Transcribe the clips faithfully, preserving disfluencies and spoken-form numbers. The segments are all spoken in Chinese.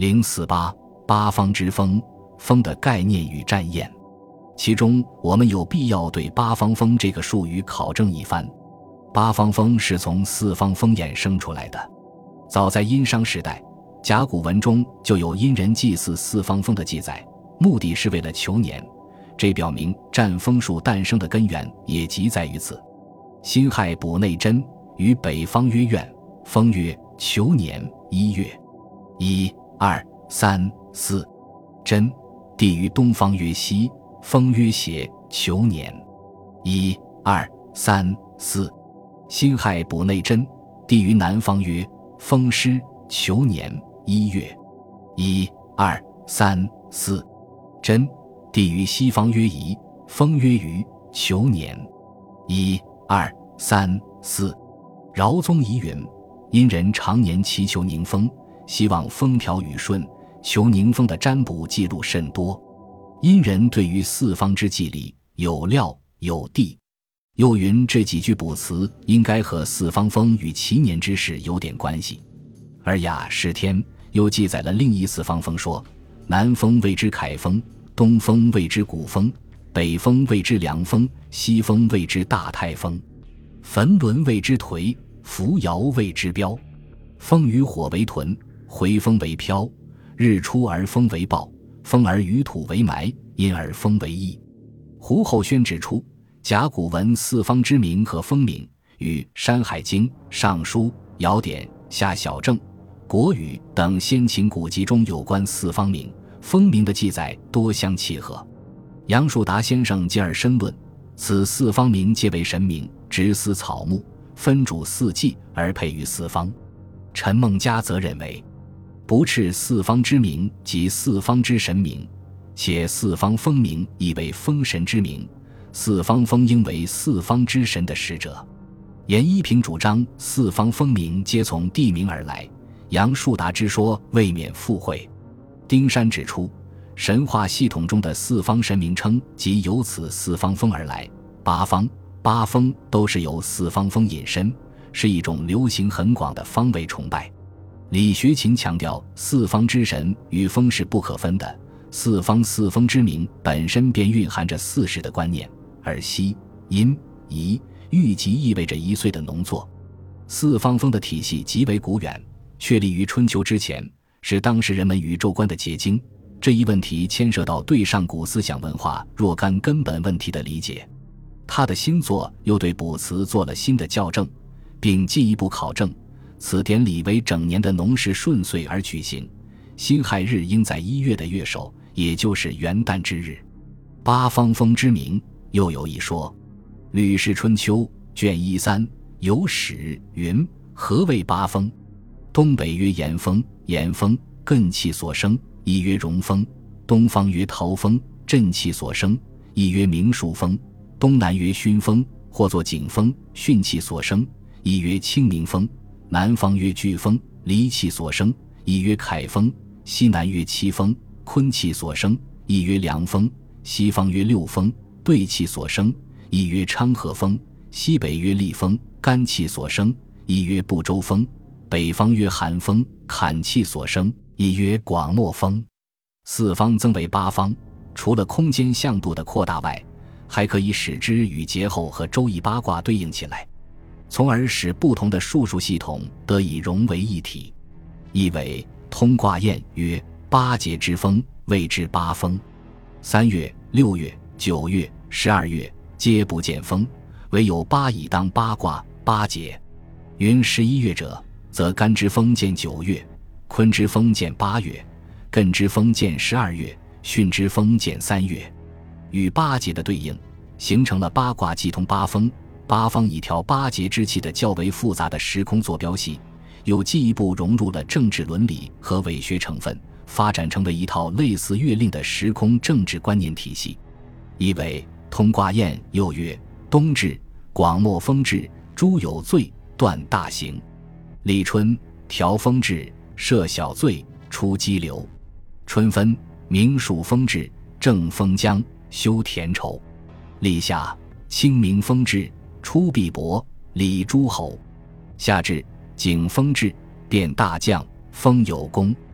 零四八八方之风，风的概念与占验。其中我们有必要对八方风这个术语考证一番。八方风是从四方风衍生出来的。早在殷商时代，甲骨文中就有殷人祭祀四方风的记载，目的是为了求年，这表明占风术诞生的根源也即在于此。辛亥卜内真于北方曰苑，风曰求年，一月，一二三四。真地于东方曰西，风曰谐，求年，一二三四。辛亥卜内真地于南方曰风师，求年，一月，一二三四。真地于西方曰夷，风曰虞，求年，一二三四。饶宗颐云：殷人常年祈求宁风，希望风调雨顺，求宁风的占卜记录甚多。殷人对于四方之纪历有料有地。又云这几句卜辞应该和四方风与其年之事有点关系。而雅释天又记载了另一四方风，说南风谓之凯风，东风谓之谷风，北风谓之凉风，西风谓之大泰风，焚轮谓之颓，扶摇谓之飙。风与火为屯，回风为飘，日出而风为暴，风而于土为埋，阴而风为翼。胡厚轩指出，甲骨文四方之名和风名与《山海经》《尚书》《尧典》《夏小正》《国语》等先秦古籍中有关四方名、风名的记载多相契合。杨树达先生进而深论，此四方名皆为神明，植司草木，分主四季而配于四方。陈孟嘉则认为，不斥四方之名即四方之神明，且四方风名亦为风神之名，四方风应为四方之神的使者。严一平主张四方风名皆从地名而来，杨树达之说未免附会。丁山指出，神话系统中的四方神名称即由此四方风而来，八方、八风都是由四方风引申，是一种流行很广的方位崇拜。李学勤强调四方之神与风是不可分的，四方四风之名本身便蕴含着四时的观念，而西、阴、夷、玉即意味着一岁的农作。四方风的体系极为古远，确立于春秋之前，是当时人们宇宙观的结晶。这一问题牵涉到对上古思想文化若干根本问题的理解。他的新作又对卜辞做了新的校正，并进一步考证此典礼为整年的农时顺遂而举行，辛亥日应在一月的月首，也就是元旦之日。八方风之名又有一说，吕氏春秋卷一三有史云：何谓八风？东北曰炎风，炎风艮气所生，亦曰荣风；东方曰陶风，震气所生，亦曰明数风；东南曰熏风，或作景风，巽气所生，亦曰清明风；南方曰飓风，离气所生，亦曰凯风；西南曰七风，坤气所生，亦曰凉风；西方曰六风，兑气所生，亦曰昌和风；西北曰厉风，干气所生，亦曰不周风；北方曰寒风，坎气所生，亦曰广漠风。四方增为八方，除了空间向度的扩大外，还可以使之与节后和周易八卦对应起来，从而使不同的术数系统得以融为一体。意为通卦谚曰：八节之风，谓之八风。三月、六月、九月、十二月皆不见风，唯有八以当八卦八节。云十一月者，则干之风见九月，坤之风见八月，艮之风见十二月，巽之风见三月，与八节的对应，形成了八卦既通八风。八方以调八节之气的较为复杂的时空坐标系，又进一步融入了政治伦理和伪学成分，发展成为一套类似月令的时空政治观念体系。意为通卦谚又曰：冬至，广漠风至，诸有罪，断大行；立春，调风至，设小罪，出激流；春分，明数风至，正风江，修田畴；立夏，清明风至，出毕伯，理诸侯；夏至，景风至，变大将，封有功；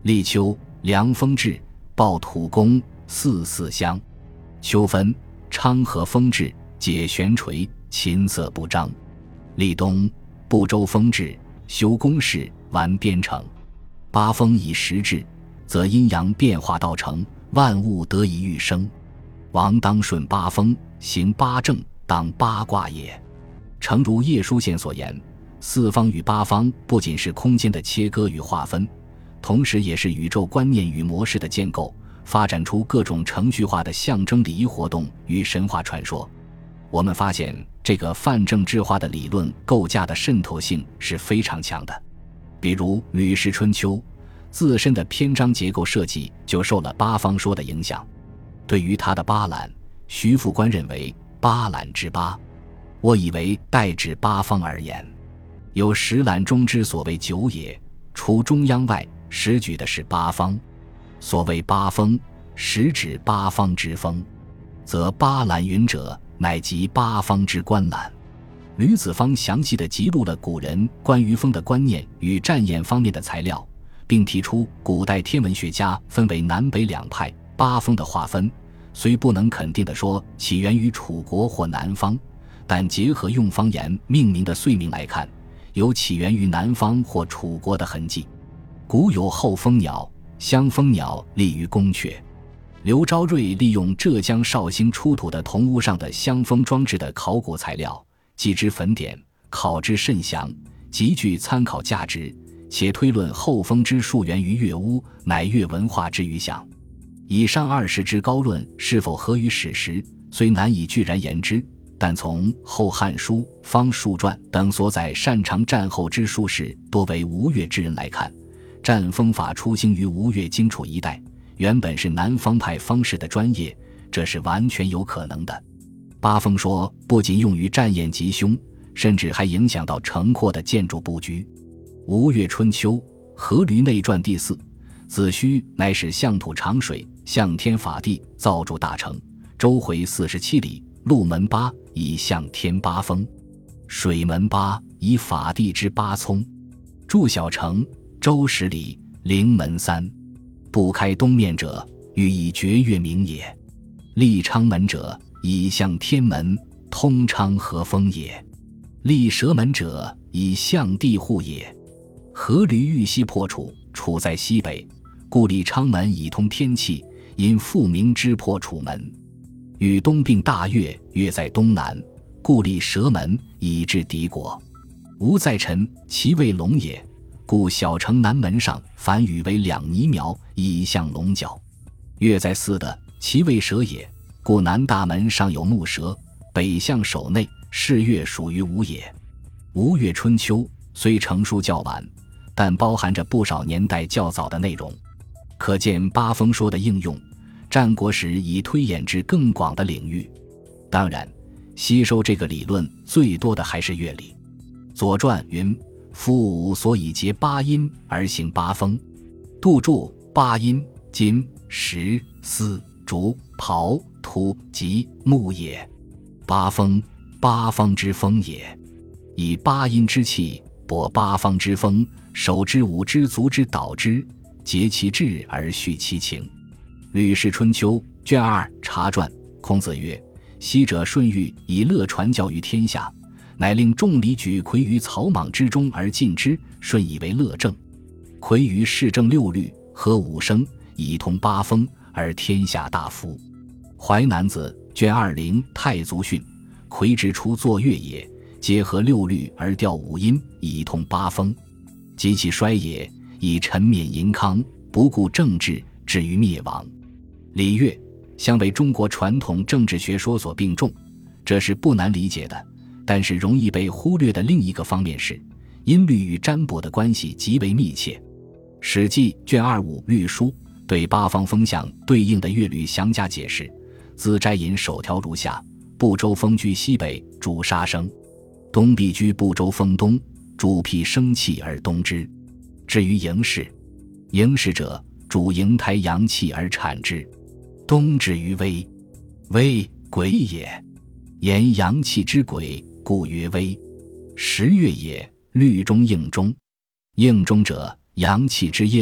立秋，凉风至，报土公，四四乡。秋分，昌和风至，解悬垂，琴瑟不张。立冬，不周风至，修宫室，完边城。八风以时至，则阴阳变化道成，万物得以育生。王当顺八风，行八正，当八卦也。诚如叶书宪所言，四方与八方不仅是空间的切割与划分，同时也是宇宙观念与模式的建构，发展出各种程序化的象征礼仪活动与神话传说。我们发现这个泛政治化的理论构架的渗透性是非常强的。比如《吕氏春秋》自身的篇章结构设计就受了八方说的影响。对于它的八览，徐复观认为八览之八，我以为代指八方而言。有十览中之所谓九也，除中央外，实举的是八方。所谓八风，实指八方之风，则八览云者，乃即八方之观览。吕子方详细地记录了古人关于风的观念与占演方面的材料，并提出古代天文学家分为南北两派八风的划分，虽不能肯定地说起源于楚国或南方，但结合用方言命名的岁名来看，有起源于南方或楚国的痕迹。古有后蜂鸟、香蜂鸟立于宫阙。刘昭瑞利用浙江绍兴出土的铜屋上的香蜂装置的考古材料，记之粉点，考之甚详，极具参考价值，且推论后蜂之数源于越屋，乃越文化之余响。以上二十之高论是否合于史实，虽难以具然言之，但从《后汉书》《方术传》等所载擅长战后之术士多为吴越之人来看，战风法初兴于吴越荆楚一带，原本是南方派方士的专业，这是完全有可能的。八风说不仅用于战演吉凶，甚至还影响到城廓的建筑布局。吴越春秋阖闾内传第四，子虚乃使象土长水，向天法地，造筑大城，周回四十七里，路门八，以向天八风；水门八，以法地之八聪；筑小城，周十里，陵门三。不开东面者，欲以绝月明也；立昌门者，以向天门，通昌和风也；立蛇门者，以向地户也。阖闾豫西破楚，楚在西北，故立昌门以通天气，因复名之破楚门。与东并大越，越在东南，故立蛇门以制敌国。吴在陈，其为龙也，故小城南门上凡羽为两泥苗，以向龙角。越在四的，其为蛇也，故南大门上有木蛇，北向守内，是越属于吴也。吴越春秋虽成书较晚，但包含着不少年代较早的内容，可见八风说的应用，战国时已推演至更广的领域。当然，吸收这个理论最多的还是乐理。左传云：夫五所以结八音而行八风。杜注：八音，金、石、丝、竹、刨、土、吉、木也。八风，八方之风也。以八音之气，拨八方之风，手之舞之足之蹈之，结其志而续其情。吕氏春秋卷二茶传，孔子曰：昔者舜欲以乐传教于天下，乃令众礼举魁于草莽之中而进之，舜以为乐正。魁于市政六律，合五声，以通八风，而天下大服。淮南子卷二零太祖训：魁之初作乐也，结合六律而调五音，以通八风。及其衰也，以沉湎盈康，不顾政治，至于灭亡。礼乐相为中国传统政治学说所并重，这是不难理解的，但是容易被忽略的另一个方面是，音律与占卜的关系极为密切。史记卷二五律书对八方风向对应的乐律详加解释，自摘引首条如下：不周风居西北，主杀生；东必居不周风东，主辟生气而东之。至于迎氏，迎氏者，主迎胎阳气而产之。冬至于微，微癸也，言阳气之癸，故曰微。十月也，律中应中，应中者，阳气之应，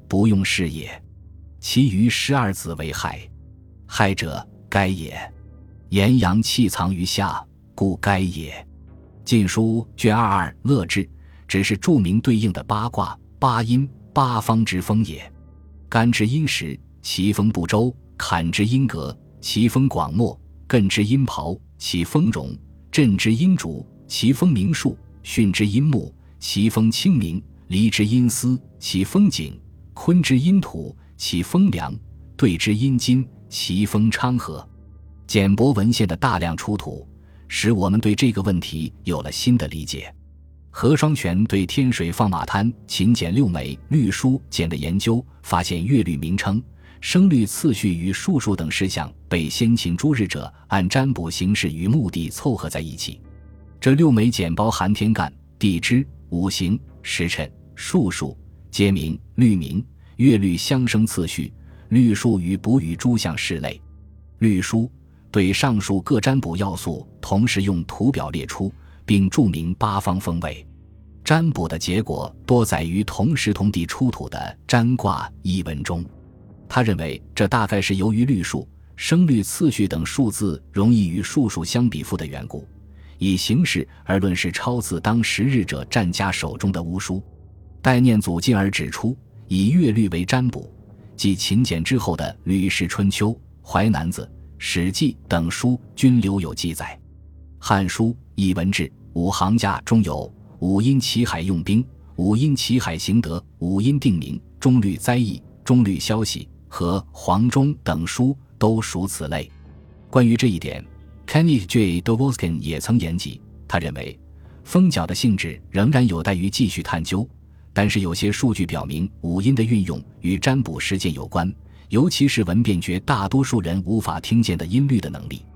不用是也。其余十二子为亥，亥者该也。炎阳气藏于下，故该也。晋书卷二二乐志只是注明对应的八卦、八阴、八方之风也。干之阴时，其风不周；坎之阴革，其风广漠；艮之阴庖，其风荣；震之阴主，其风明数；巽之阴木，其风清明；离之阴司，其风景；坤之阴土，其风凉；兑之阴金，其风昌和。简帛文献的大量出土，使我们对这个问题有了新的理解。何双全对天水放马滩秦简六枚律书简的研究，发现乐律名称、声律次序与数数等事项被先秦诸日者按占卜形式与目的凑合在一起。这六枚简包含天干、地支、五行、时辰、数数、皆名、律名、乐律相生次序、律数与卜语诸项事类。律书对上述各占卜要素同时用图表列出，并注明八方风位。占卜的结果多载于同时同地出土的占卦一文中。他认为这大概是由于律数、声律次序等数字容易与数数相比附的缘故，以形式而论是抄自当时日者占家手中的巫书。戴念祖进而指出，以乐律为占卜，继秦简之后的《吕氏春秋》《淮南子》《史记》等书均留有记载。《汉书·艺文志·五行家》中有五阴齐海用兵、五阴齐海行德、五阴定名、中律灾异、中律消息和黄钟等书都属此类。关于这一点， Kenneth J. Dovoskin 也曾言及，他认为风角的性质仍然有待于继续探究，但是有些数据表明五音的运用与占卜实践有关，尤其是闻辨绝大多数人无法听见的音律的能力。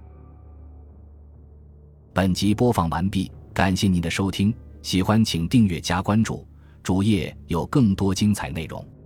本集播放完毕，感谢您的收听，喜欢请订阅加关注，主页有更多精彩内容。